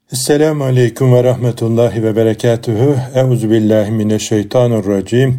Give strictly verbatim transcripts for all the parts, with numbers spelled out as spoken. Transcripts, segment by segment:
Esselamu Aleyküm ve Rahmetullahi ve Berekatuhu. Euzubillahimineşşeytanirracim.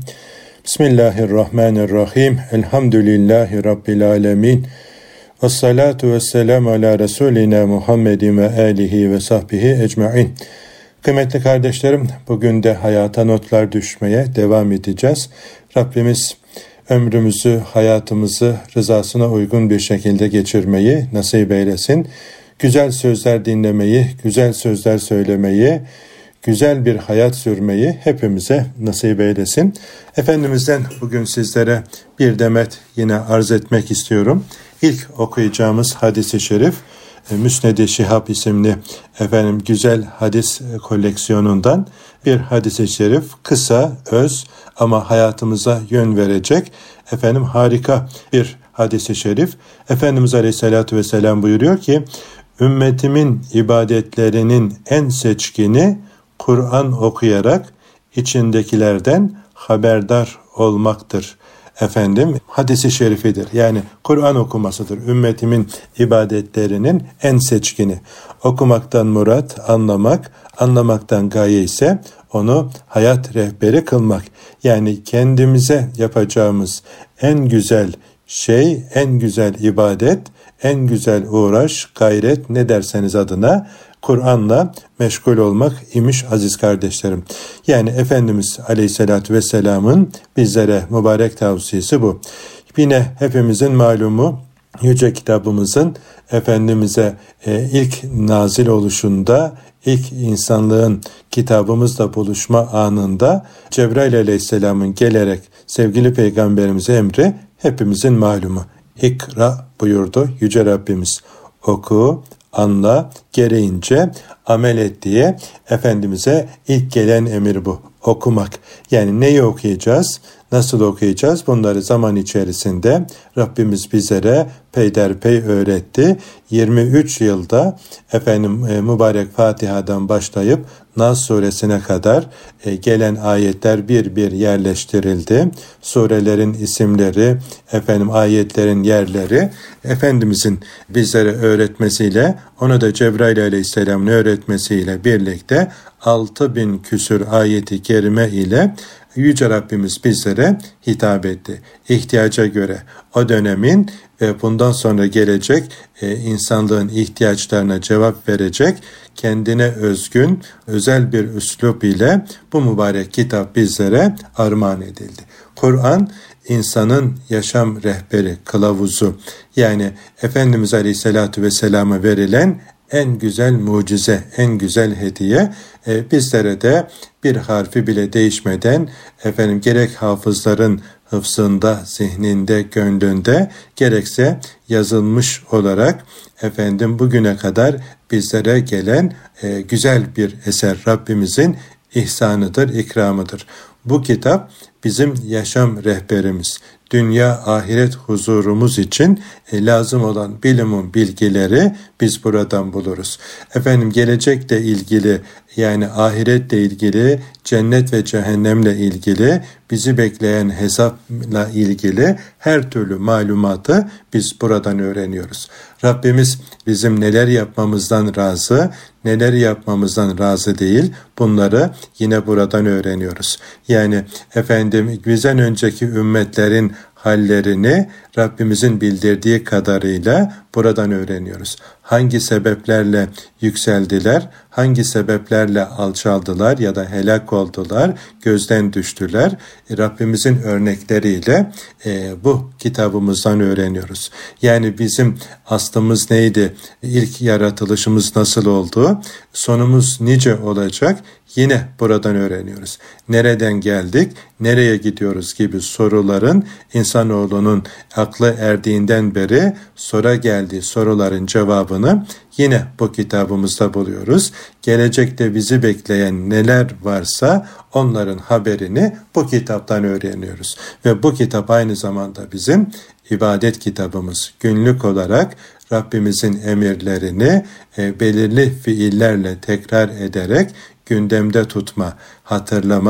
Bismillahirrahmanirrahim. Elhamdülillahi Rabbil alemin. Vessalatu vesselamu ala Resulina Muhammedin ve alihi ve sahbihi ecmain. Kıymetli kardeşlerim, bugün de hayata notlar düşmeye devam edeceğiz. Rabbimiz ömrümüzü, hayatımızı rızasına uygun bir şekilde geçirmeyi nasip eylesin. Güzel sözler dinlemeyi, güzel sözler söylemeyi, güzel bir hayat sürmeyi hepimize nasip eylesin. Efendimiz'den bugün sizlere bir demet yine arz etmek istiyorum. İlk okuyacağımız hadis-i şerif, Müsned-i Şihab isimli efendim güzel hadis koleksiyonundan bir hadis-i şerif, kısa, öz ama hayatımıza yön verecek efendim harika bir hadis-i şerif. Efendimiz Aleyhisselatü Vesselam buyuruyor ki, ümmetimin ibadetlerinin en seçkini Kur'an okuyarak içindekilerden haberdar olmaktır. Efendim hadisi şerifidir. Yani Kur'an okumasıdır. Ümmetimin ibadetlerinin en seçkini. Okumaktan murat anlamak, anlamaktan gaye ise onu hayat rehberi kılmak. Yani kendimize yapacağımız en güzel şey, en güzel ibadet, en güzel uğraş, gayret ne derseniz adına Kur'an'la meşgul olmak imiş aziz kardeşlerim. Yani Efendimiz Aleyhisselatü Vesselam'ın bizlere mübarek tavsiyesi bu. Yine hepimizin malumu yüce kitabımızın Efendimiz'e e, ilk nazil oluşunda, ilk insanlığın kitabımızla buluşma anında Cebrail Aleyhisselam'ın gelerek sevgili peygamberimize emri hepimizin malumu. İkra buyurdu Yüce Rabbimiz. Oku, anla, gereğince amel et diye Efendimiz'e ilk gelen emir bu. Okumak. Yani neyi okuyacağız? Nasıl okuyacağız? Bunları zaman içerisinde Rabbimiz bizlere peyderpey öğretti. yirmi üç yılda efendim e, mübarek Fatiha'dan başlayıp Nas suresine kadar e, gelen ayetler bir bir yerleştirildi. Surelerin isimleri, efendim ayetlerin yerleri Efendimizin bizlere öğretmesiyle, onu da Cebrail Aleyhisselam'ın öğretmesiyle birlikte altı bin küsür ayeti kerime ile Yüce Rabbimiz bizlere hitap etti. İhtiyaca göre o dönemin ve bundan sonra gelecek e, insanlığın ihtiyaçlarına cevap verecek kendine özgün özel bir üslup ile bu mübarek kitap bizlere armağan edildi. Kur'an insanın yaşam rehberi, kılavuzu, yani Efendimiz Aleyhisselatü Vesselam'a verilen en güzel mucize, en güzel hediye. E, bizlere de bir harfi bile değişmeden efendim gerek hafızların hıfzında, zihninde, gönlünde, gerekse yazılmış olarak efendim bugüne kadar bizlere gelen e, güzel bir eser, Rabbimizin ihsanıdır, ikramıdır. Bu kitap bizim yaşam rehberimiz. Dünya ahiret huzurumuz için e, lazım olan bilimin bilgileri biz buradan buluruz. Efendim gelecekle ilgili, yani ahiretle ilgili, cennet ve cehennemle ilgili, bizi bekleyen hesapla ilgili her türlü malumatı biz buradan öğreniyoruz. Rabbimiz bizim neler yapmamızdan razı, neler yapmamızdan razı değil, bunları yine buradan öğreniyoruz. Yani efendim bizden önceki ümmetlerin hallerini Rabbimizin bildirdiği kadarıyla buradan öğreniyoruz. Hangi sebeplerle yükseldiler, hangi sebeplerle alçaldılar ya da helak oldular, gözden düştüler. Rabbimizin örnekleriyle e, bu kitabımızdan öğreniyoruz. Yani bizim aslımız neydi, ilk yaratılışımız nasıl oldu, sonumuz nice olacak, yine buradan öğreniyoruz. Nereden geldik, nereye gidiyoruz gibi soruların insanoğlunun aklı erdiğinden beri sora geldiği soruların cevabını yine bu kitabımızda buluyoruz. Gelecekte bizi bekleyen neler varsa onların haberini bu kitaptan öğreniyoruz. Ve bu kitap aynı zamanda bizim ibadet kitabımız. Günlük olarak Rabbimizin emirlerini e, belirli fiillerle tekrar ederek gündemde tutma, hatırlama,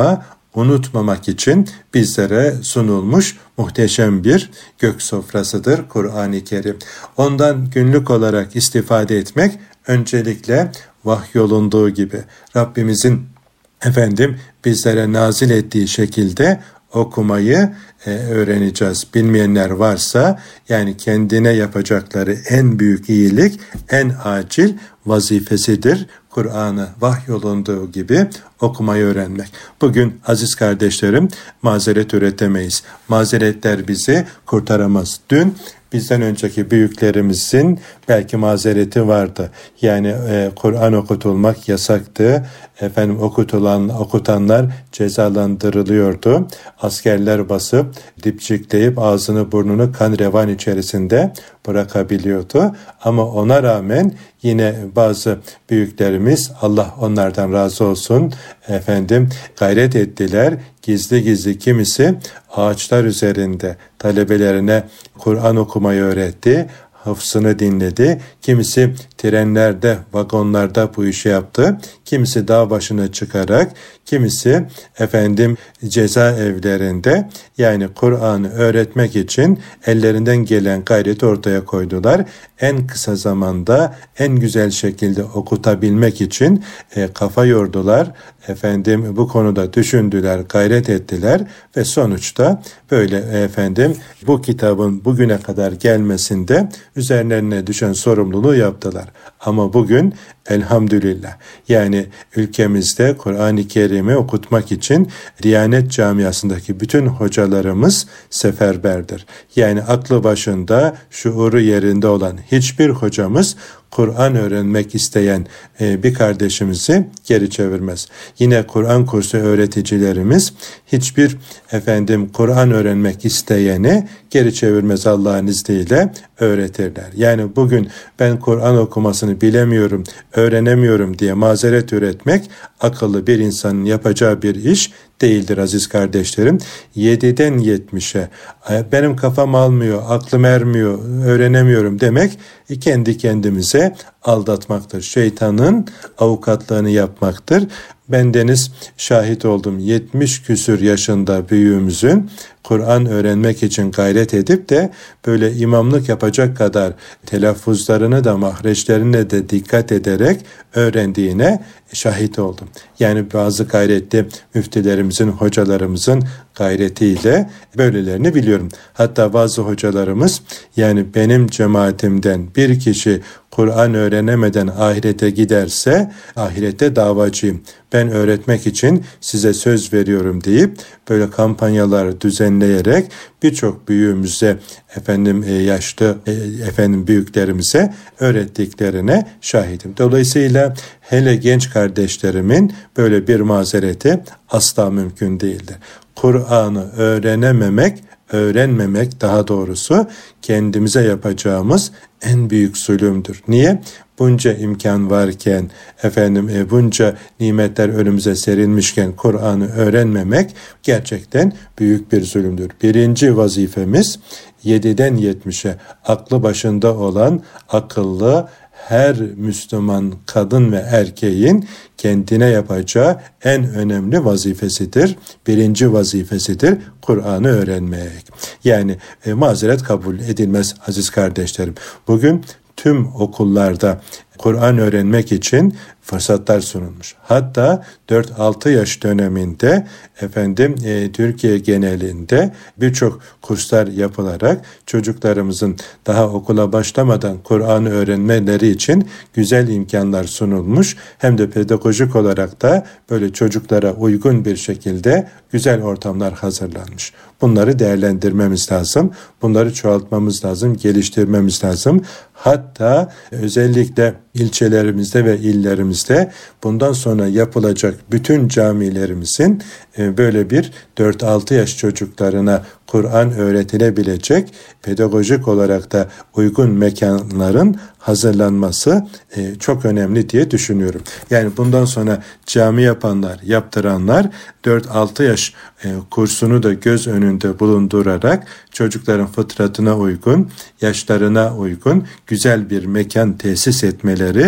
unutmamak için bizlere sunulmuş muhteşem bir gök sofrasıdır Kur'an-ı Kerim. Ondan günlük olarak istifade etmek öncelikle vahyolunduğu gibi Rabbimizin efendim bizlere nazil ettiği şekilde okumayı e, öğreneceğiz. Bilmeyenler varsa yani kendine yapacakları en büyük iyilik, en acil vazifesidir. Kur'an'ı vahyolunduğu gibi okumayı öğrenmek. Bugün aziz kardeşlerim mazeret üretemeyiz. Mazeretler bizi kurtaramaz. Dün bizden önceki büyüklerimizin belki mazereti vardı. Yani e, Kur'an okutulmak yasaktı. Efendim okutulan okutanlar cezalandırılıyordu. Askerler basıp dipçikleyip ağzını burnunu kan revan içerisinde bırakabiliyordu. Ama ona rağmen yine bazı büyüklerimiz, Allah onlardan razı olsun, efendim gayret ettiler. Gizli gizli kimisi ağaçlar üzerinde talebelerine Kur'an okumayı öğretti. Hafızını dinledi. Kimisi trenlerde, vagonlarda bu işi yaptı. Kimisi dağ başına çıkarak, kimisi efendim cezaevlerinde yani Kur'an'ı öğretmek için ellerinden gelen gayreti ortaya koydular. En kısa zamanda en güzel şekilde okutabilmek için e, kafa yordular. Efendim bu konuda düşündüler, gayret ettiler ve sonuçta böyle efendim bu kitabın bugüne kadar gelmesinde üzerlerine düşen sorumluluğu yaptılar. Ama bugün elhamdülillah yani ülkemizde Kur'an-ı Kerim'i okutmak için Diyanet camiasındaki bütün hocalarımız seferberdir. Yani aklı başında, şuuru yerinde olan hiçbir hocamız Kur'an öğrenmek isteyen e, bir kardeşimizi geri çevirmez. Yine Kur'an kursu öğreticilerimiz hiçbir efendim Kur'an öğrenmek isteyeni geri çevirmez, Allah'ın izniyle öğretirler. Yani bugün ben Kur'an okumasını bilemiyorum, öğrenemiyorum diye mazeret üretmek akıllı bir insanın yapacağı bir iş değildir aziz kardeşlerim. yediden yetmişe benim kafam almıyor, aklım ermiyor, öğrenemiyorum demek kendi kendimize aldatmaktır. Şeytanın avukatlığını yapmaktır. Bendeniz şahit oldum. yetmiş küsür yaşında büyüğümüzün Kur'an öğrenmek için gayret edip de böyle imamlık yapacak kadar telaffuzlarını da mahreçlerine de dikkat ederek öğrendiğine şahit oldum. Yani bazı gayretli müftilerimizin, hocalarımızın gayretiyle böylelerini biliyorum. Hatta bazı hocalarımız yani benim cemaatimden bir kişi Kur'an öğrenemeden ahirete giderse ahirette davacıyım. Ben öğretmek için size söz veriyorum deyip böyle kampanyalar düzenleyerek birçok büyüğümüze, efendim yaşlı efendim büyüklerimize öğrettiklerine şahidim. Dolayısıyla hele genç kardeşlerimin böyle bir mazereti asla mümkün değildir. Kur'an'ı öğrenememek, öğrenmemek daha doğrusu kendimize yapacağımız en büyük zulümdür. Niye? Bunca imkan varken, efendim bunca nimetler önümüze serilmişken Kur'an'ı öğrenmemek gerçekten büyük bir zulümdür. Birinci vazifemiz yediden yetmişe aklı başında olan akıllı her Müslüman kadın ve erkeğin kendine yapacağı en önemli vazifesidir. Birinci vazifesidir Kur'an'ı öğrenmek. Yani e, mazeret kabul edilmez aziz kardeşlerim. Bugün tüm okullarda Kur'an öğrenmek için fırsatlar sunulmuş. Hatta dört altı yaş döneminde efendim e, Türkiye genelinde birçok kurslar yapılarak çocuklarımızın daha okula başlamadan Kur'an'ı öğrenmeleri için güzel imkanlar sunulmuş. Hem de pedagojik olarak da böyle çocuklara uygun bir şekilde güzel ortamlar hazırlanmış. Bunları değerlendirmemiz lazım. Bunları çoğaltmamız lazım, geliştirmemiz lazım. Hatta özellikle ilçelerimizde ve illerimizde bundan sonra yapılacak bütün camilerimizin böyle bir dört altı yaş çocuklarına Kur'an öğretilebilecek pedagojik olarak da uygun mekanların hazırlanması çok önemli diye düşünüyorum. Yani bundan sonra cami yapanlar, yaptıranlar dört altı yaş kursunu da göz önünde bulundurarak çocukların fıtratına uygun, yaşlarına uygun güzel bir mekan tesis etmeleri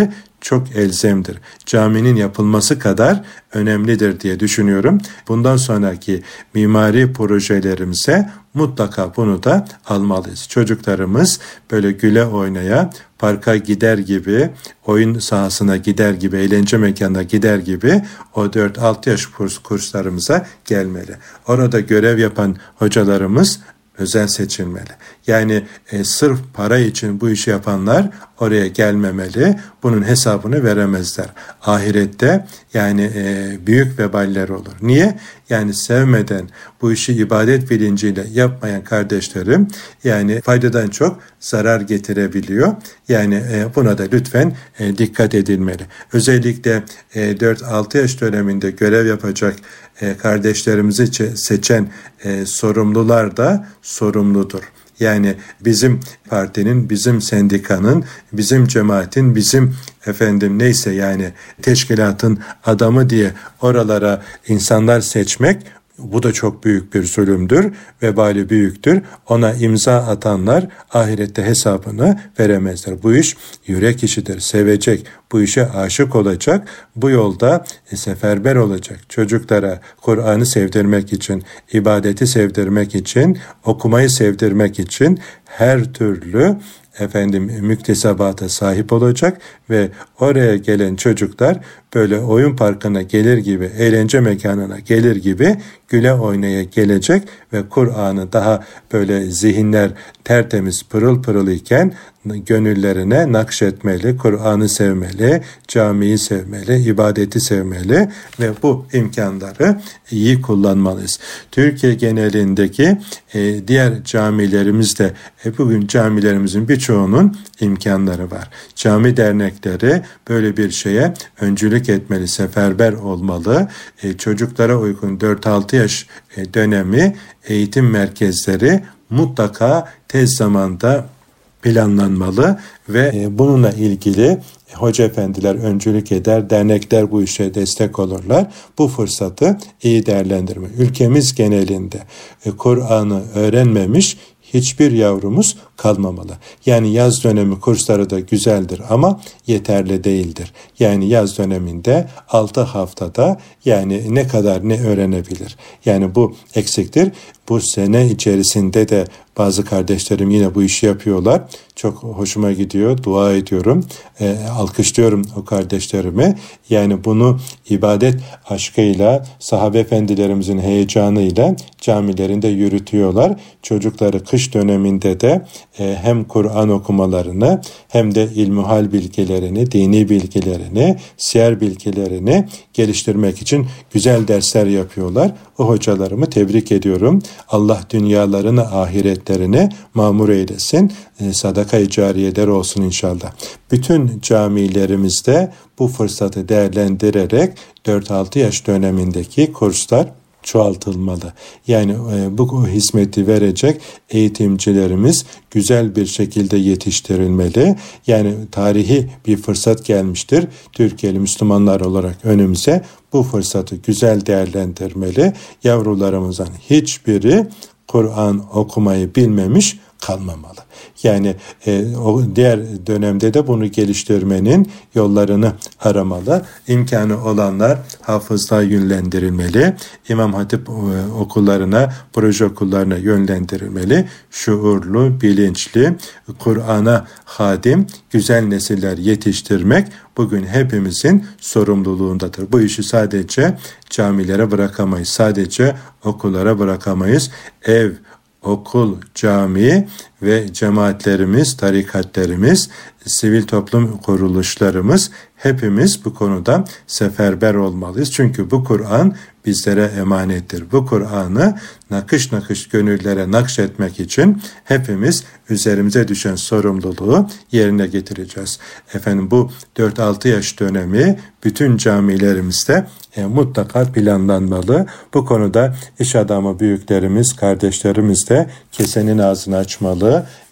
çok elzemdir. Caminin yapılması kadar önemlidir diye düşünüyorum. Bundan sonraki mimari projelerimize mutlaka bunu da almalıyız. Çocuklarımız böyle güle oynaya, parka gider gibi, oyun sahasına gider gibi, eğlence mekanına gider gibi o dört altı yaş kurs, kurslarımıza gelmeli. Orada görev yapan hocalarımız özel seçilmeli. Yani e, sırf para için bu işi yapanlar oraya gelmemeli. Bunun hesabını veremezler. Ahirette yani e, büyük veballer olur. Niye? Yani sevmeden bu işi ibadet bilinciyle yapmayan kardeşlerim yani faydadan çok zarar getirebiliyor. Yani e, buna da lütfen e, dikkat edilmeli. Özellikle e, dört altı yaş döneminde görev yapacak e, kardeşlerimizi seçen e, sorumlular da sorumludur. Yani bizim partinin, bizim sendikanın, bizim cemaatin, bizim efendim neyse yani teşkilatın adamı diye oralara insanlar seçmek, bu da çok büyük bir zulümdür, vebali büyüktür. Ona imza atanlar ahirette hesabını veremezler. Bu iş yürek işidir, sevecek, bu işe aşık olacak, bu yolda seferber olacak. Çocuklara Kur'an'ı sevdirmek için, ibadeti sevdirmek için, okumayı sevdirmek için her türlü efendim müktesebata sahip olacak ve oraya gelen çocuklar böyle oyun parkına gelir gibi, eğlence mekanına gelir gibi güle oynaya gelecek ve Kur'an'ı daha böyle zihinler tertemiz pırıl pırıl iken gönüllerine nakşetmeli, Kur'an'ı sevmeli, camiyi sevmeli, ibadeti sevmeli ve bu imkanları iyi kullanmalıyız. Türkiye genelindeki e, diğer camilerimizde e, bugün camilerimizin birçoğunun imkanları var. Cami dernekleri böyle bir şeye öncülük etmeli, seferber olmalı. E, çocuklara uygun dört altı yaş e, dönemi eğitim merkezleri mutlaka tez zamanda planlanmalı ve bununla ilgili hoca efendiler öncülük eder, dernekler bu işe destek olurlar. Bu fırsatı iyi değerlendirme. Ülkemiz genelinde Kur'an'ı öğrenmemiş hiçbir yavrumuz kalmamalı. Yani yaz dönemi kursları da güzeldir ama yeterli değildir. Yani yaz döneminde altı haftada yani ne kadar ne öğrenebilir? Yani bu eksiktir. Bu sene içerisinde de bazı kardeşlerim yine bu işi yapıyorlar. Çok hoşuma gidiyor. Dua ediyorum. E, alkışlıyorum o kardeşlerimi. Yani bunu ibadet aşkıyla, sahabe efendilerimizin heyecanıyla camilerinde yürütüyorlar. Çocukları kış döneminde de e, hem Kur'an okumalarını hem de ilmihal bilgilerini, dini bilgilerini, siyer bilgilerini geliştirmek için güzel dersler yapıyorlar. O hocalarımı tebrik ediyorum. Allah dünyalarını, ahiretlerini mamur eylesin. E, sadaka-i cariyeler olsun inşallah. Bütün camilerimizde bu fırsatı değerlendirerek dört altı yaş dönemindeki kurslar çoğaltılmalı. Yani e, bu hizmeti verecek eğitimcilerimiz güzel bir şekilde yetiştirilmeli. Yani tarihi bir fırsat gelmiştir. Türkiye'li Müslümanlar olarak önümüze bu fırsatı güzel değerlendirmeli. Yavrularımızdan hiçbiri Kur'an okumayı bilmemiş kalmamalı. Yani e, o diğer dönemde de bunu geliştirmenin yollarını aramalı. İmkanı olanlar hafızlığa yönlendirilmeli. İmam Hatip e, okullarına, proje okullarına yönlendirilmeli. Şuurlu, bilinçli, Kur'an'a hadim, güzel nesiller yetiştirmek bugün hepimizin sorumluluğundadır. Bu işi sadece camilere bırakamayız. Sadece okullara bırakamayız. Ev, okul, cami ve cemaatlerimiz, tarikatlerimiz, sivil toplum kuruluşlarımız hepimiz bu konuda seferber olmalıyız. Çünkü bu Kur'an bizlere emanettir. Bu Kur'an'ı nakış nakış gönüllere nakşetmek için hepimiz üzerimize düşen sorumluluğu yerine getireceğiz. Efendim bu dört altı yaş dönemi bütün camilerimizde e, mutlaka planlanmalı. Bu konuda iş adamı büyüklerimiz, kardeşlerimiz de kesenin ağzını açmalı.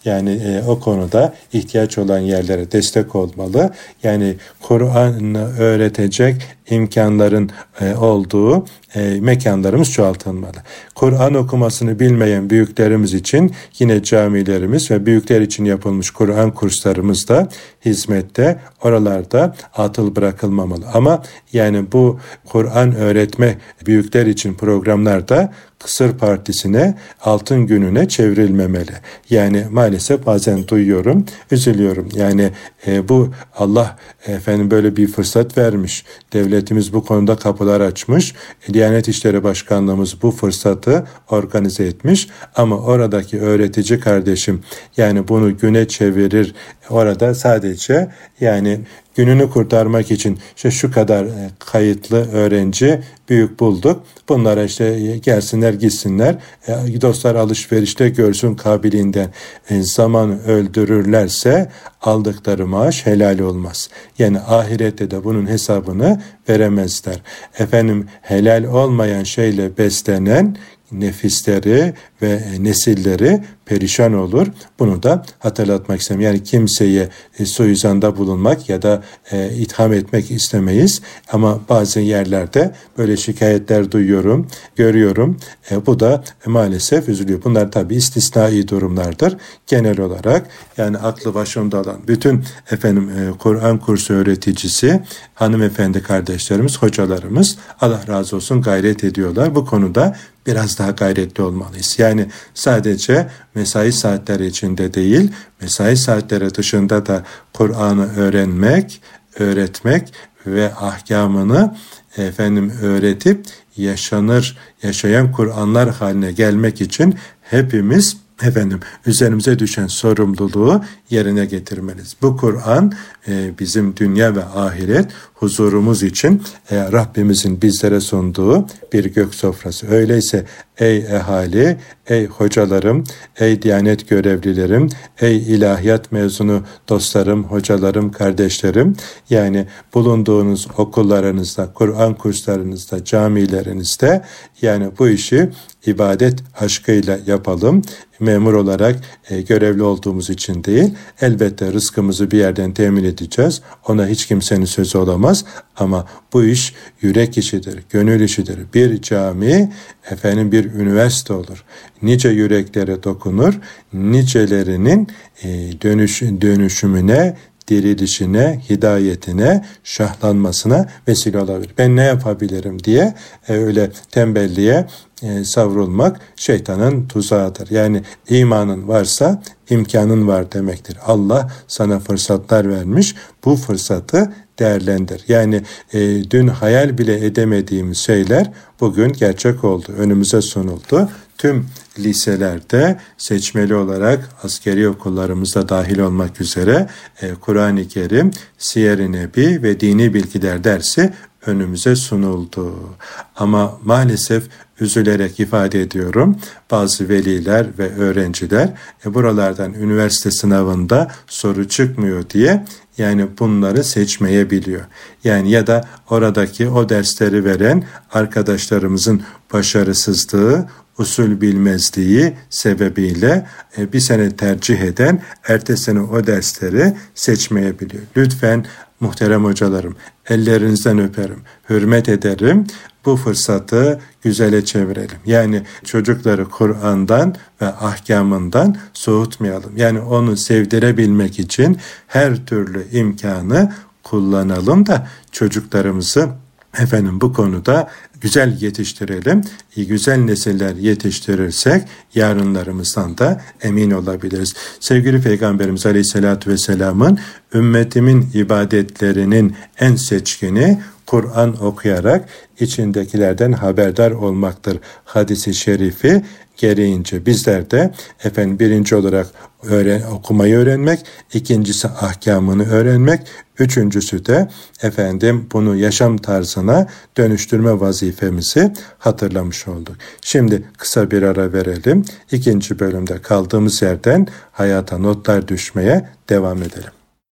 Yani e, o konuda ihtiyaç olan yerlere destek olmalı. Yani Kur'an'ı öğretecek imkanların e, olduğu e, mekanlarımız çoğaltılmalı. Kur'an okumasını bilmeyen büyüklerimiz için yine camilerimiz ve büyükler için yapılmış Kur'an kurslarımız da hizmette, oralarda atıl bırakılmamalı. Ama yani bu Kur'an öğretme büyükler için programlarda Kısır Partisi'ne, Altın Günü'ne çevrilmemeli. Yani maalesef bazen duyuyorum, üzülüyorum. Yani e, bu Allah efendim böyle bir fırsat vermiş. Devletimiz bu konuda kapılar açmış. Diyanet İşleri Başkanlığımız bu fırsatı organize etmiş. Ama oradaki öğretici kardeşim yani bunu güne çevirir. Orada sadece yani gününü kurtarmak için işte şu kadar kayıtlı öğrenci büyük bulduk. Bunlara işte gelsinler gitsinler. Dostlar alışverişte görsün kabiliğinden zaman öldürürlerse aldıkları maaş helal olmaz. Yani ahirette de bunun hesabını veremezler. Efendim helal olmayan şeyle beslenen nefisleri ve nesilleri perişan olur. Bunu da hatırlatmak istedim. Yani kimseye e, suizanda bulunmak ya da e, itham etmek istemeyiz. Ama bazı yerlerde böyle şikayetler duyuyorum, görüyorum. E, bu da e, maalesef üzülüyor. Bunlar tabii istisnai durumlardır. Genel olarak yani aklı başında olan bütün efendim e, Kur'an kursu öğreticisi, hanımefendi kardeşlerimiz, hocalarımız Allah razı olsun gayret ediyorlar. Bu konuda biraz daha gayretli olmalıyız. Yani sadece mesai saatleri içinde değil, mesai saatleri dışında da Kur'an'ı öğrenmek, öğretmek ve ahkamını efendim öğretip yaşanır, yaşayan Kur'anlar haline gelmek için hepimiz efendim üzerimize düşen sorumluluğu yerine getirmeliyiz. Bu Kur'an e, bizim dünya ve ahiret huzurumuz için e, Rabbimizin bizlere sunduğu bir gök sofrası. Öyleyse ey ehali, ey hocalarım, ey diyanet görevlilerim, ey ilahiyat mezunu dostlarım, hocalarım, kardeşlerim, yani bulunduğunuz okullarınızda, Kur'an kurslarınızda, camilerinizde yani bu işi ibadet aşkıyla yapalım. Memur olarak e, görevli olduğumuz için değil, elbette rızkımızı bir yerden temin edeceğiz. Ona hiç kimsenin sözü olamaz. Ama bu iş yürek işidir, gönül işidir. Bir cami efendim bir üniversite olur. Nice yüreklere dokunur, nicelerinin e, dönüş, dönüşümüne, dirilişine, hidayetine, şahlanmasına vesile olabilir. Ben ne yapabilirim diye e, öyle tembelliğe e, savrulmak şeytanın tuzağıdır. Yani imanın varsa imkanın var demektir. Allah sana fırsatlar vermiş. Bu fırsatı değerlendir. Yani e, dün hayal bile edemediğimiz şeyler bugün gerçek oldu. Önümüze sunuldu. Tüm liselerde seçmeli olarak askeri okullarımızda dahil olmak üzere e, Kur'an-ı Kerim, Siyer-i Nebi ve dini bilgiler dersi önümüze sunuldu. Ama maalesef üzülerek ifade ediyorum, bazı veliler ve öğrenciler e, buralardan üniversite sınavında soru çıkmıyor diye yani bunları seçmeyebiliyor. Yani ya da oradaki o dersleri veren arkadaşlarımızın başarısızlığı, usul bilmezliği sebebiyle bir sene tercih eden ertesi sene o dersleri seçmeyebiliyor. Lütfen muhterem hocalarım, ellerinizden öperim, hürmet ederim. Bu fırsatı güzele çevirelim. Yani çocukları Kur'an'dan ve ahkamından soğutmayalım. Yani onu sevdirebilmek için her türlü imkanı kullanalım da çocuklarımızı efendim bu konuda güzel yetiştirelim. Güzel nesiller yetiştirirsek yarınlarımızdan da emin olabiliriz. Sevgili Peygamberimiz Aleyhisselatü Vesselam'ın ümmetimin ibadetlerinin en seçkini Kur'an okuyarak içindekilerden haberdar olmaktır hadisi şerifi gereğince bizler de efendim birinci olarak öğren, okumayı öğrenmek, ikincisi ahkamını öğrenmek, üçüncüsü de efendim bunu yaşam tarzına dönüştürme vazifemizi hatırlamış olduk. Şimdi kısa bir ara verelim. İkinci bölümde kaldığımız yerden hayata notlar düşmeye devam edelim.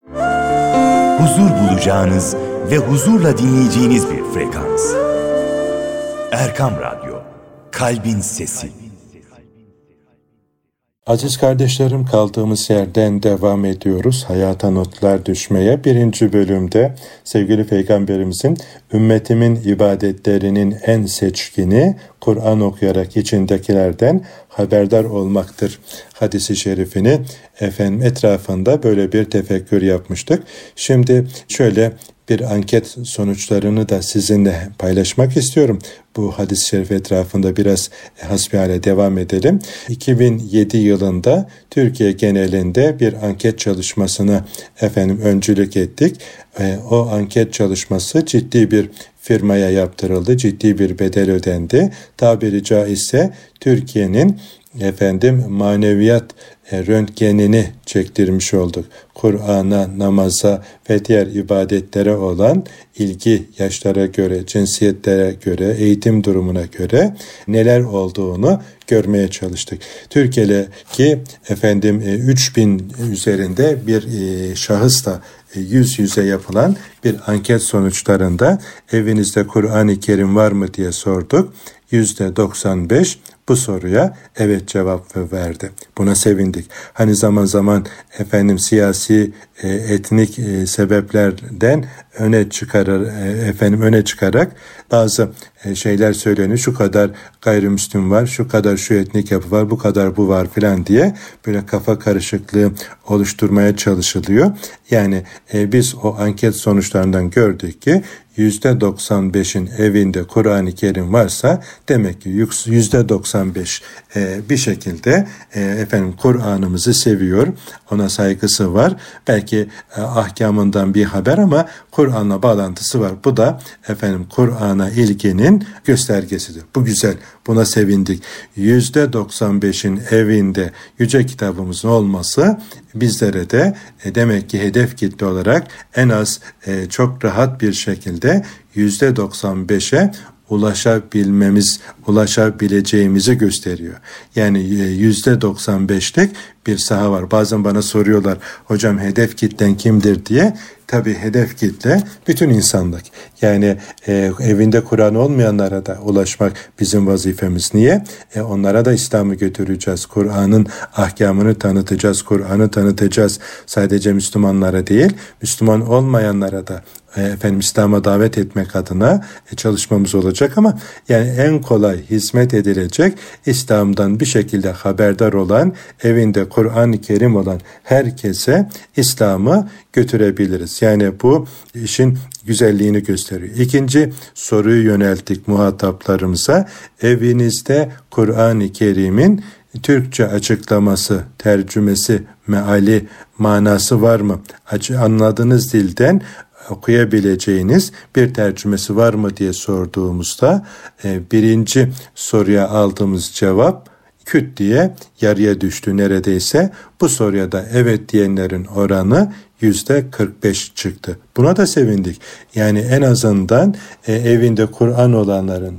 Huzur bulacağınız ve huzurla dinleyeceğiniz bir frekans. Erkam Radyo, Kalbin Sesi. Aziz kardeşlerim, kaldığımız yerden devam ediyoruz. Hayata notlar düşmeye. Birinci bölümde sevgili Peygamberimizin ümmetimin ibadetlerinin en seçkini Kur'an okuyarak içindekilerden haberdar olmaktır hadisi şerifini efendim etrafında böyle bir tefekkür yapmıştık. Şimdi şöyle bir anket sonuçlarını da sizinle paylaşmak istiyorum. Bu hadis-i şerif etrafında biraz hasbihale devam edelim. iki bin yedi yılında Türkiye genelinde bir anket çalışmasına efendim öncülük ettik. E, o anket çalışması ciddi bir firmaya yaptırıldı. Ciddi bir bedel ödendi. Tabiri caizse Türkiye'nin efendim maneviyat e, röntgenini çektirmiş olduk. Kur'an'a, namaza ve diğer ibadetlere olan ilgi yaşlara göre, cinsiyetlere göre, eğitim durumuna göre neler olduğunu görmeye çalıştık. Türkiye'deki efendim üç bin üzerinde bir şahısla yüz yüze yapılan bir anket sonuçlarında evinizde Kur'an-ı Kerim var mı diye sorduk. yüzde doksan beş bu soruya evet cevap verdi. Buna sevindik. Hani zaman zaman efendim siyasi, e, etnik e, sebeplerden öne çıkarır e, efendim öne çıkarak bazı e, şeyler söyleniyor. Şu kadar gayrimüslim var, şu kadar şu etnik yapı var, bu kadar bu var filan diye böyle kafa karışıklığı oluşturmaya çalışılıyor. Yani e, biz o anket sonuçlarından gördük ki yüzde doksan beşin evinde Kur'an-ı Kerim varsa demek ki yüzde doksan beş e, bir şekilde e, efendim Kur'an'ımızı seviyor, ona saygısı var. Belki e, ahkamından bir haber ama Kur'an'la bağlantısı var. Bu da efendim Kur'an'a ilginin göstergesidir. Bu güzel, buna sevindik. yüzde doksan beşin evinde yüce kitabımızın olması bizlere de e, demek ki hedef kitle olarak en az e, çok rahat bir şekilde yüzde doksan beşe ulaşabilmemiz, ulaşabileceğimizi gösteriyor. Yani yüzde doksan beşlik bir saha var. Bazen bana soruyorlar, hocam hedef kitlen kimdir diye. Tabii hedef kitle bütün insanlık. Yani e, evinde Kur'an olmayanlara da ulaşmak bizim vazifemiz. Niye? E, onlara da İslam'ı götüreceğiz. Kur'an'ın ahkamını tanıtacağız. Kur'an'ı tanıtacağız. Sadece Müslümanlara değil, Müslüman olmayanlara da e, efendim İslam'a davet etmek adına e, çalışmamız olacak ama yani en kolay hizmet edilecek İslam'dan bir şekilde haberdar olan, evinde Kur'an-ı Kerim olan herkese İslam'ı götürebiliriz. Yani bu işin güzelliğini gösteriyor. İkinci soruyu yönelttik muhataplarımıza. Evinizde Kur'an-ı Kerim'in Türkçe açıklaması, tercümesi, meali, manası var mı? Anladığınız dilden okuyabileceğiniz bir tercümesi var mı diye sorduğumuzda birinci soruya aldığımız cevap küt diye yarıya düştü neredeyse. Bu soruya da evet diyenlerin oranı yüzde kırk beş çıktı. Buna da sevindik. Yani en azından e, evinde Kur'an olanların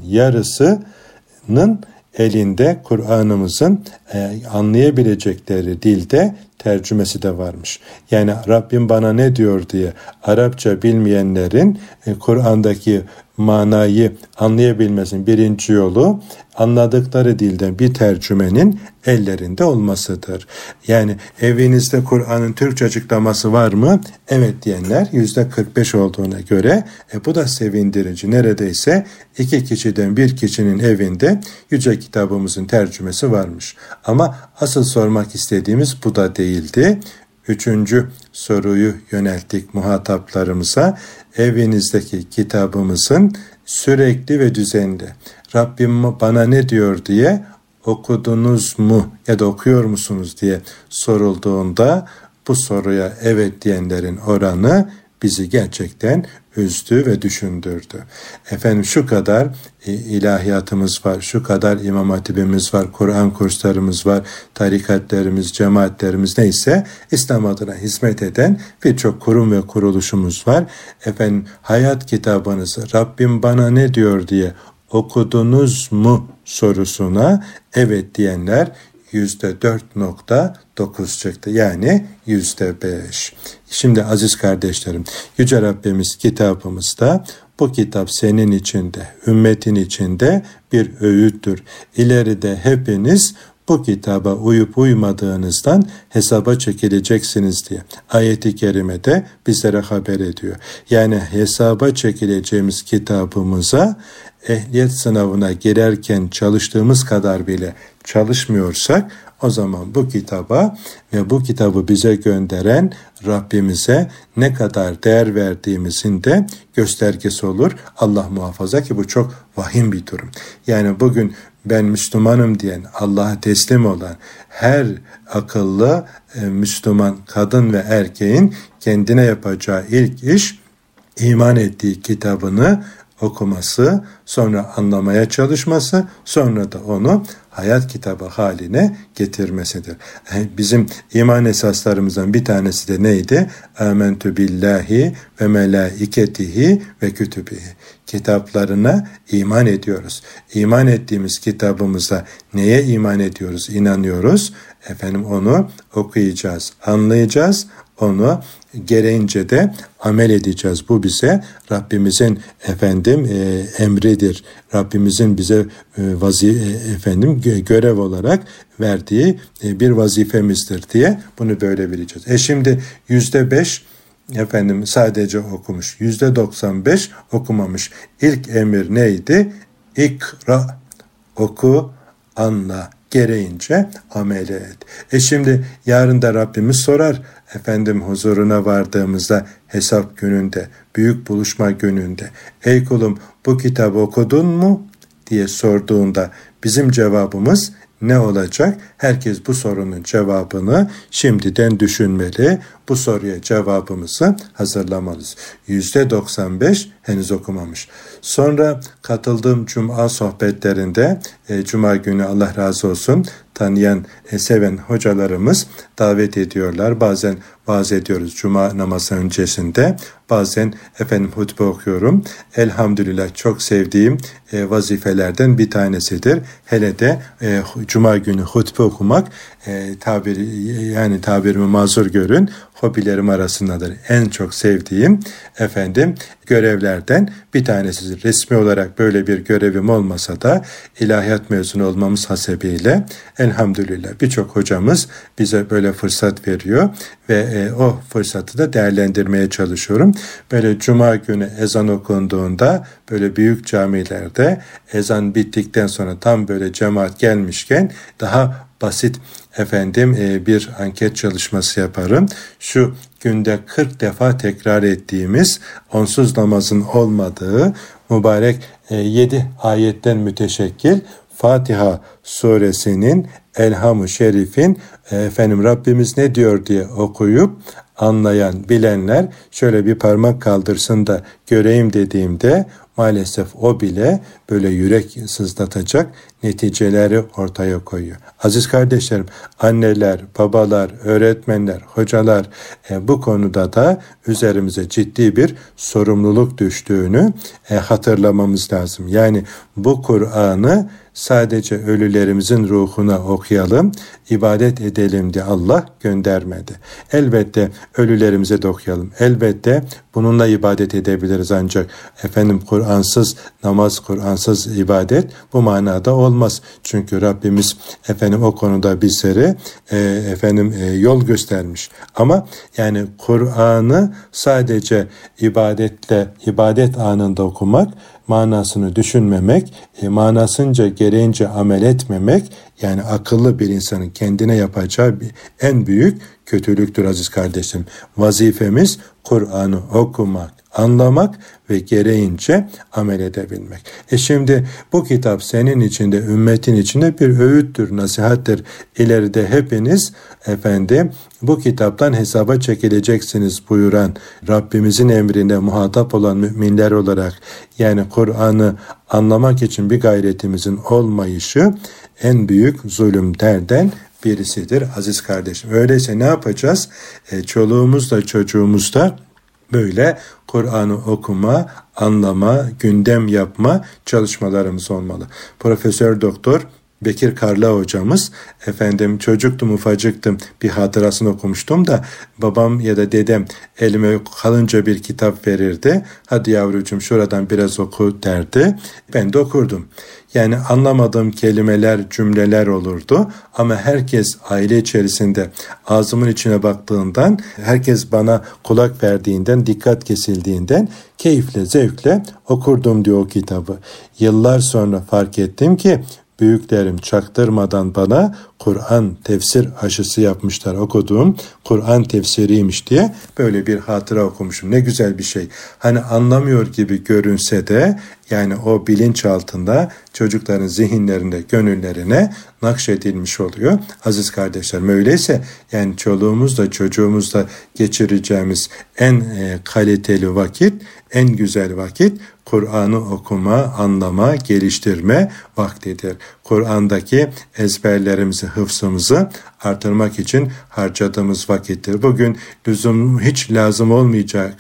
yarısının elinde Kur'an'ımızın e, anlayabilecekleri dilde tercümesi de varmış. Yani Rabbim bana ne diyor diye Arapça bilmeyenlerin e, Kur'an'daki manayı anlayabilmesinin birinci yolu anladıkları dilden bir tercümenin ellerinde olmasıdır. Yani evinizde Kur'an'ın Türkçe açıklaması var mı? Evet diyenler yüzde kırk beş olduğuna göre e, bu da sevindirici. Neredeyse iki kişiden bir kişinin evinde yüce kitabımızın tercümesi varmış. Ama asıl sormak istediğimiz bu da değildi. Üçüncü soruyu yönelttik muhataplarımıza. Evinizdeki kitabımızın sürekli ve düzenli Rabbim bana ne diyor diye okudunuz mu ya da okuyor musunuz diye sorulduğunda bu soruya evet diyenlerin oranı bizi gerçekten üzdü ve düşündürdü. Efendim şu kadar ilahiyatımız var, şu kadar imam hatibimiz var, Kur'an kurslarımız var, tarikatlarımız, cemaatlerimiz neyse İslam adına hizmet eden birçok kurum ve kuruluşumuz var. Efendim hayat kitabınızı Rabbim bana ne diyor diye okudunuz mu sorusuna evet diyenler yüzde dört nokta dokuz çıktı. Yani yüzde beş. Şimdi aziz kardeşlerim, Yüce Rabbimiz kitabımızda bu kitap senin içinde, ümmetin içinde bir öğüttür. İleride hepiniz bu kitaba uyup uymadığınızdan hesaba çekileceksiniz diye ayet-i kerimede bizlere haber ediyor. Yani hesaba çekileceğimiz kitabımıza ehliyet sınavına girerken çalıştığımız kadar bile çalışmıyorsak, o zaman bu kitaba ve bu kitabı bize gönderen Rabbimize ne kadar değer verdiğimizin de göstergesi olur. Allah muhafaza ki bu çok vahim bir durum. Yani bugün ben Müslümanım diyen, Allah'a teslim olan her akıllı e, Müslüman kadın ve erkeğin kendine yapacağı ilk iş iman ettiği kitabını okuması, sonra anlamaya çalışması, sonra da onu hayat kitabı haline getirmesidir. Bizim iman esaslarımızdan bir tanesi de neydi? Âmentü billahi ve melâiketihi ve kütübihi. Kitaplarına iman ediyoruz. İman ettiğimiz kitabımıza neye iman ediyoruz, inanıyoruz? Efendim onu okuyacağız, anlayacağız, onu gereğince de amel edeceğiz. Bu bize Rabbimizin efendim e, emridir. Rabbimizin bize e, vazife e, efendim görev olarak verdiği e, bir vazifemizdir diye bunu böyle bileceğiz. E şimdi yüzde beş efendim sadece okumuş. Yüzde doksan beş okumamış. İlk emir neydi? İkra, oku, anla, gereğince amel et. E şimdi yarın da Rabbimiz sorar. Efendim huzuruna vardığımızda hesap gününde, büyük buluşma gününde, ey kulum bu kitabı okudun mu diye sorduğunda bizim cevabımız ne olacak? Herkes bu sorunun cevabını şimdiden düşünmeli. Bu soruya cevabımızı hazırlamalıyız. yüzde doksan beş henüz okumamış. Sonra katıldığım Cuma sohbetlerinde, e, Cuma günü Allah razı olsun, tanıyan, e, seven hocalarımız davet ediyorlar. Bazen vaaz ediyoruz Cuma namazı öncesinde. Bazen efendim hutbe okuyorum. Elhamdülillah çok sevdiğim e, vazifelerden bir tanesidir. Hele de e, Cuma günü hutbe okumak e, tabiri yani tabirimi mazur görün. Hobilerim arasındadır. En çok sevdiğim efendim görevlerden bir tanesidir. Resmi olarak böyle bir görevim olmasa da ilahiyat mezunu olmamız hasebiyle elhamdülillah birçok hocamız bize böyle fırsat veriyor ve e, o fırsatı da değerlendirmeye çalışıyorum. Böyle Cuma günü ezan okunduğunda böyle büyük camilerde ezan bittikten sonra tam böyle cemaat gelmişken daha basit efendim bir anket çalışması yaparım. Şu günde kırk defa tekrar ettiğimiz onsuz namazın olmadığı mübarek yedi ayetten müteşekkil Fatiha suresinin Elham-ı Şerif'in efendim Rabbimiz ne diyor diye okuyup anlayan, bilenler şöyle bir parmak kaldırsın da göreyim dediğimde maalesef o bile böyle yürek sızlatacak neticeleri ortaya koyuyor. Aziz kardeşlerim, anneler, babalar, öğretmenler, hocalar e, bu konuda da üzerimize ciddi bir sorumluluk düştüğünü e, hatırlamamız lazım. Yani bu Kur'an'ı sadece ölülerimizin ruhuna okuyalım, ibadet edelim diye Allah göndermedi. Elbette ölülerimize de okuyalım. Elbette bununla ibadet edebiliriz ancak efendim Kur'ansız namaz, Kur'ansız ibadet bu manada olmaz. Çünkü Rabbimiz efendim o konuda bizlere e, efendim e, yol göstermiş. Ama yani Kur'an'ı sadece ibadetle, ibadet anında okumak, manasını düşünmemek, e, manasınca gereğince amel etmemek, yani akıllı bir insanın kendine yapacağı bir, en büyük kötülüktür aziz kardeşim. Vazifemiz Kur'an'ı okumak, anlamak ve gereğince amel edebilmek. E şimdi bu kitap senin içinde, ümmetin içinde bir öğüttür, nasihattir. İleride hepiniz efendim bu kitaptan hesaba çekileceksiniz buyuran Rabbimizin emrine muhatap olan müminler olarak, yani Kur'an'ı anlamak için bir gayretimizin olmayışı en büyük zulümlerden birisidir aziz kardeşim. Öyleyse ne yapacağız? E, çoluğumuzla çocuğumuzla böyle Kur'an'ı okuma, anlama, gündem yapma çalışmalarımız olmalı. Profesör Doktor Bekir Karla hocamız, efendim çocuktum, ufacıktım, bir hatırasını okumuştum da babam ya da dedem elime kalınca bir kitap verirdi. Hadi yavrucuğum şuradan biraz oku derdi. Ben de okurdum. Yani anlamadığım kelimeler, cümleler olurdu ama herkes aile içerisinde ağzımın içine baktığından, herkes bana kulak verdiğinden, dikkat kesildiğinden keyifle, zevkle okurdum diyor o kitabı. Yıllar sonra fark ettim ki büyüklerim çaktırmadan bana Kur'an tefsir aşısı yapmışlar. Okuduğum Kur'an tefsiriymiş diye böyle bir hatıra okumuşum. Ne güzel bir şey. Hani anlamıyor gibi görünse de yani o bilinç altında çocukların zihinlerinde, gönüllerine nakşedilmiş oluyor. Aziz kardeşlerim, öyleyse yani çoluğumuzla çocuğumuzla geçireceğimiz en e, kaliteli vakit, en güzel vakit Kur'an'ı okuma, anlama, geliştirme vaktidir. Kur'an'daki ezberlerimizi, hıfzımızı artırmak için harcadığımız vakittir. Bugün lüzum hiç lazım olmayacak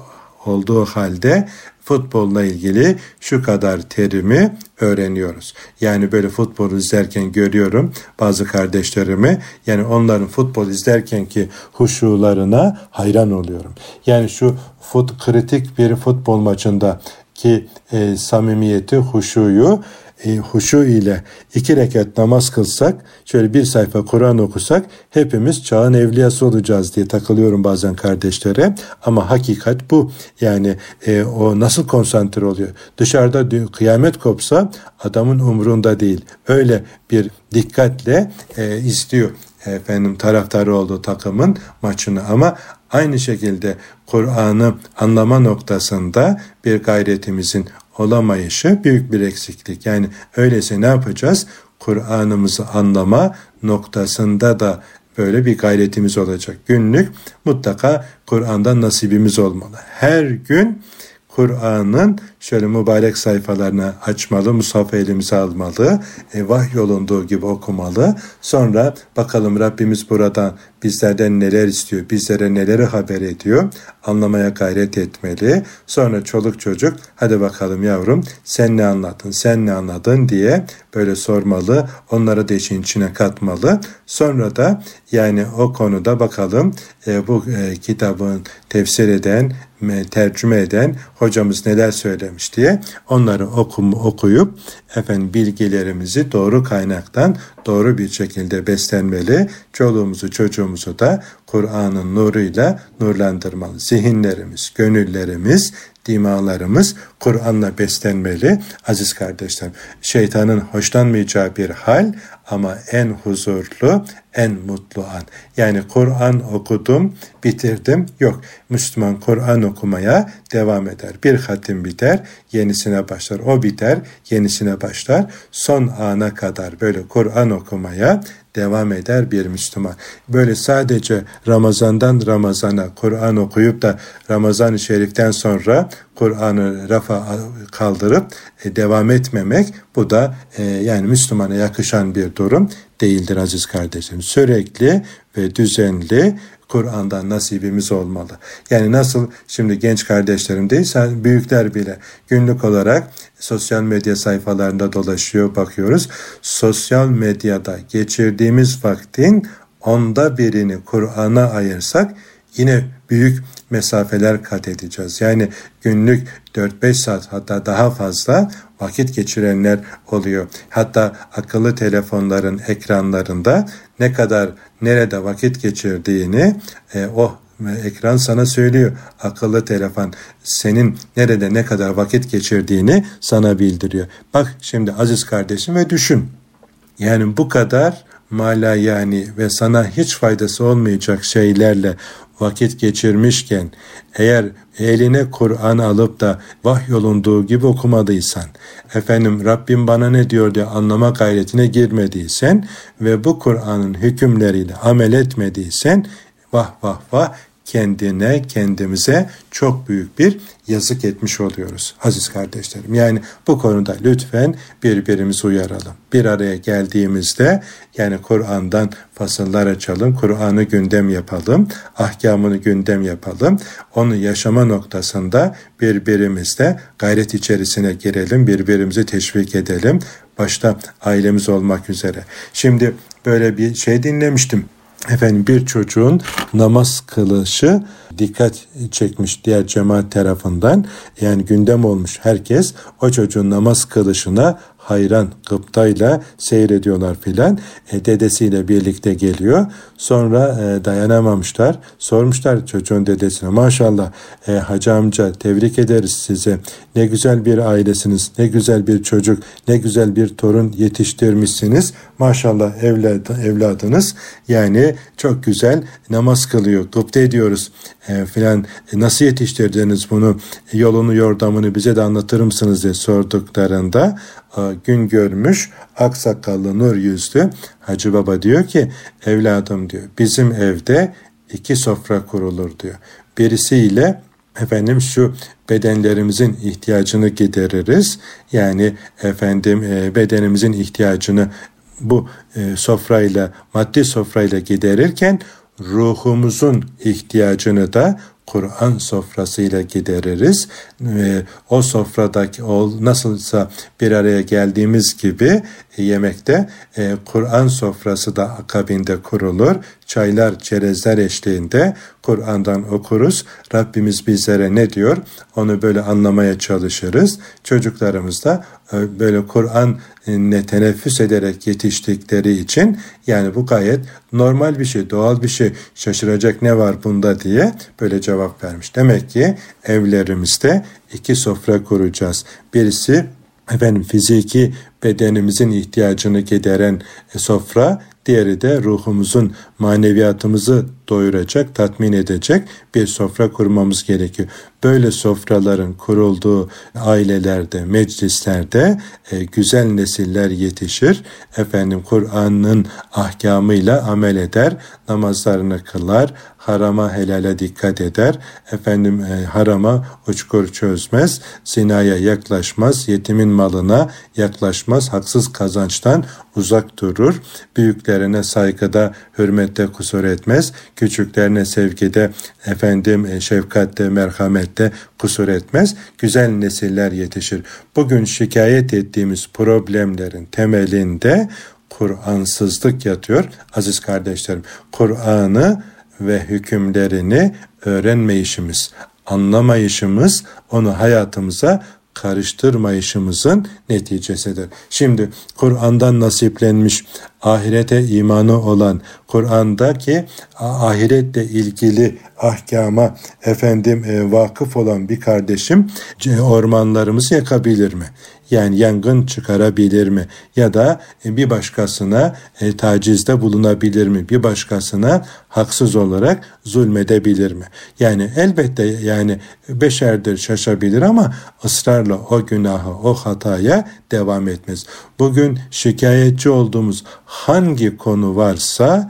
olduğu halde futbolla ilgili şu kadar terimi öğreniyoruz. Yani böyle futbol izlerken görüyorum bazı kardeşlerimi, yani onların futbol izlerken ki huşularına hayran oluyorum. Yani şu fut, kritik bir futbol maçında ki e, samimiyeti, huşuyu, e, huşu ile iki rekat namaz kılsak, şöyle bir sayfa Kur'an okusak hepimiz çağın evliyası olacağız diye takılıyorum bazen kardeşlere. Ama hakikat bu. Yani e, o nasıl konsantre oluyor? Dışarıda kıyamet kopsa adamın umrunda değil. Öyle bir dikkatle e, izliyor efendim taraftarı olduğu takımın maçını, ama aynı şekilde Kur'an'ı anlama noktasında bir gayretimizin olamayışı büyük bir eksiklik. Yani öyleyse ne yapacağız? Kur'an'ımızı anlama noktasında da böyle bir gayretimiz olacak. Günlük mutlaka Kur'an'dan nasibimiz olmalı. Her gün Kur'an'ın şöyle mübarek sayfalarını açmalı, mushafı elimize almalı, e, vahyolunduğu gibi okumalı. Sonra bakalım Rabbimiz buradan bizlerden neler istiyor, bizlere neleri haber ediyor, anlamaya gayret etmeli. Sonra çoluk çocuk, hadi bakalım yavrum sen ne anladın, sen ne anladın diye böyle sormalı, onları da işin içine katmalı. Sonra da yani o konuda bakalım e, bu e, kitabın tefsir eden, tercüme eden hocamız neler söylemiş diye onları okum, okuyup efendim bilgilerimizi doğru kaynaktan doğru bir şekilde beslenmeli. Çoluğumuzu çocuğumuzu da Kur'an'ın nuruyla nurlandırmalı. Zihinlerimiz, gönüllerimiz, dimalarımız Kur'an'la beslenmeli. Aziz kardeşlerim, şeytanın hoşlanmayacağı bir hal ama en huzurlu, en mutlu an. Yani Kur'an okudum, bitirdim. Yok, Müslüman Kur'an okumaya devam eder. Bir hatim biter, yenisine başlar. O biter, yenisine başlar. Son ana kadar böyle Kur'an okumaya devam eder bir Müslüman. Böyle sadece Ramazan'dan Ramazan'a Kur'an okuyup da Ramazan-ı Şerif'ten sonra Kur'an'ı rafa kaldırıp e, devam etmemek, bu da e, yani Müslümana yakışan bir durum değildir aziz kardeşim. Sürekli ve düzenli Kur'an'dan nasibimiz olmalı. Yani nasıl şimdi genç kardeşlerim değil, büyükler bile günlük olarak sosyal medya sayfalarında dolaşıyor, bakıyoruz. Sosyal medyada geçirdiğimiz vaktin onda birini Kur'an'a ayırsak yine büyük mesafeler kat edeceğiz. Yani günlük dört beş saat hatta daha fazla vakit geçirenler oluyor. Hatta akıllı telefonların ekranlarında ne kadar nerede vakit geçirdiğini e, o ekran sana söylüyor. Akıllı telefon senin nerede ne kadar vakit geçirdiğini sana bildiriyor. Bak şimdi aziz kardeşim ve düşün. Yani bu kadar mala yani ve sana hiç faydası olmayacak şeylerle vakit geçirmişken, eğer eline Kur'an alıp da vahyolunduğu gibi okumadıysan, efendim Rabbim bana ne diyor diye anlama gayretine girmediysen ve bu Kur'an'ın hükümleriyle amel etmediysen, vah vah vah, kendine, kendimize çok büyük bir yazık etmiş oluyoruz aziz kardeşlerim. Yani bu konuda lütfen birbirimizi uyaralım. Bir araya geldiğimizde yani Kur'an'dan fasıllar açalım, Kur'an'ı gündem yapalım, ahkamını gündem yapalım. Onu yaşama noktasında birbirimizle gayret içerisine girelim, birbirimizi teşvik edelim. başta ailemiz olmak üzere. Şimdi böyle bir şey dinlemiştim. Efendim bir çocuğun namaz kılışı dikkat çekmiş diğer cemaat tarafından. Yani gündem olmuş, herkes o çocuğun namaz kılışına hayran, gıptayla seyrediyorlar filan. E, dedesiyle birlikte geliyor. Sonra e, dayanamamışlar. Sormuşlar çocuğun dedesine, maşallah e, hacı amca tebrik ederiz sizi. Ne güzel bir ailesiniz, ne güzel bir çocuk, ne güzel bir torun yetiştirmişsiniz. Maşallah evlad, evladınız yani çok güzel namaz kılıyor, gıpta ediyoruz e, filan. E, nasıl yetiştirdiniz bunu, yolunu yordamını bize de anlatır mısınız diye sorduklarında gün görmüş, aksakallı, nur yüzlü Hacı Baba diyor ki, evladım diyor, bizim evde iki sofra kurulur diyor. Birisiyle efendim şu bedenlerimizin ihtiyacını gideririz. Yani efendim bedenimizin ihtiyacını bu sofrayla, maddi sofrayla giderirken ruhumuzun ihtiyacını da Kur'an sofrasıyla gideririz. Ee, o sofradaki o nasılsa bir araya geldiğimiz gibi e, yemekte e, Kur'an sofrası da akabinde kurulur. Çaylar, çerezler eşliğinde Kur'an'dan okuruz. Rabbimiz bizlere ne diyor? Onu böyle anlamaya çalışırız. Çocuklarımız da e, böyle Kur'an ne teneffüs ederek yetiştikleri için, yani bu gayet normal bir şey, doğal bir şey, şaşıracak ne var bunda diye böyle cevap vermiş. Demek ki evlerimizde iki sofra kuracağız. Birisi efendim fiziki bedenimizin ihtiyacını gideren sofra, diğeri de ruhumuzun, maneviyatımızı doyuracak, tatmin edecek bir sofra kurmamız gerekiyor. Böyle sofraların kurulduğu ailelerde, meclislerde e, güzel nesiller yetişir. Efendim Kur'an'ın ahkamıyla amel eder, namazlarını kılar, harama helale dikkat eder, efendim e, harama uçkur çözmez, zinaya yaklaşmaz, yetimin malına yaklaşmaz, haksız kazançtan uzak durur, büyüklerine saygıda, hürmette kusur etmez, küçüklerine sevgide, efendim şefkatte, merhamette kusur etmez, güzel nesiller yetişir. Bugün şikayet ettiğimiz problemlerin temelinde Kur'ansızlık yatıyor. Aziz kardeşlerim, Kur'an'ı ve hükümlerini öğrenmeyişimiz, anlamayışımız, onu hayatımıza karıştırmayışımızın neticesidir. Şimdi Kur'an'dan nasiplenmiş, ahirete imanı olan, Kur'an'daki ahiretle ilgili ahkama efendim e, vakıf olan bir kardeşim ormanlarımızı yakabilir mi? Yani yangın çıkarabilir mi? Ya da bir başkasına e, tacizde bulunabilir mi? Bir başkasına haksız olarak zulmedebilir mi? Yani elbette yani beşerdir, şaşabilir ama ısrarla o günaha, o hataya devam etmez. Bugün şikayetçi olduğumuz hangi konu varsa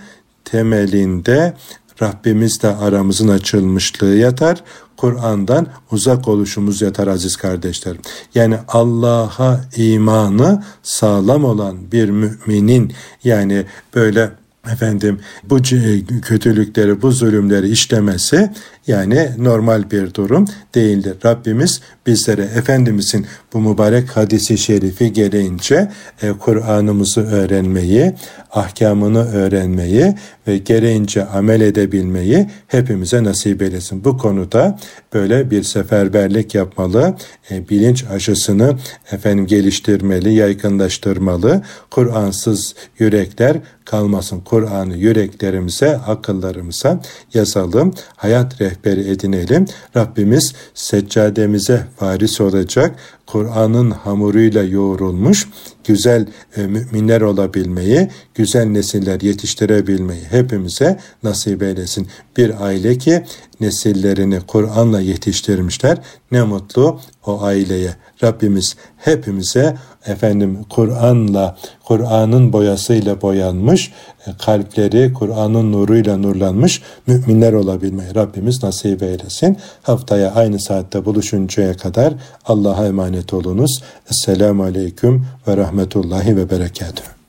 temelinde Rabbimizle aramızın açılmışlığı yatar. Kur'an'dan uzak oluşumuz yatar aziz kardeşlerim. Yani Allah'a imanı sağlam olan bir müminin, yani böyle efendim bu kötülükleri, bu zulümleri işlemesi yani normal bir durum değildir. Rabbimiz bizlere Efendimizin bu mübarek hadisi şerifi gereğince e, Kur'an'ımızı öğrenmeyi, ahkamını öğrenmeyi ve gereğince amel edebilmeyi hepimize nasip eylesin. Bu konuda böyle bir seferberlik yapmalı, e, bilinç aşısını efendim geliştirmeli, yaygınlaştırmalı. Kur'ansız yürekler kalmasın. Kur'an'ı yüreklerimize, akıllarımıza yazalım. Hayat rehberi edinelim. Rabbimiz seccademize varis olacak, Kur'an'ın hamuruyla yoğrulmuş güzel e, müminler olabilmeyi, güzel nesiller yetiştirebilmeyi hepimize nasip eylesin. Bir aile ki nesillerini Kur'an'la yetiştirmişler, ne mutlu o aileye. Rabbimiz hepimize efendim Kur'an'la, Kur'an'ın boyasıyla boyanmış, kalpleri Kur'an'ın nuruyla nurlanmış müminler olabilmeyi Rabbimiz nasip eylesin. Haftaya aynı saatte buluşuncaya kadar Allah'a emanet olunuz. Esselamu Aleyküm ve Rahmetullahi ve Berekatuhu.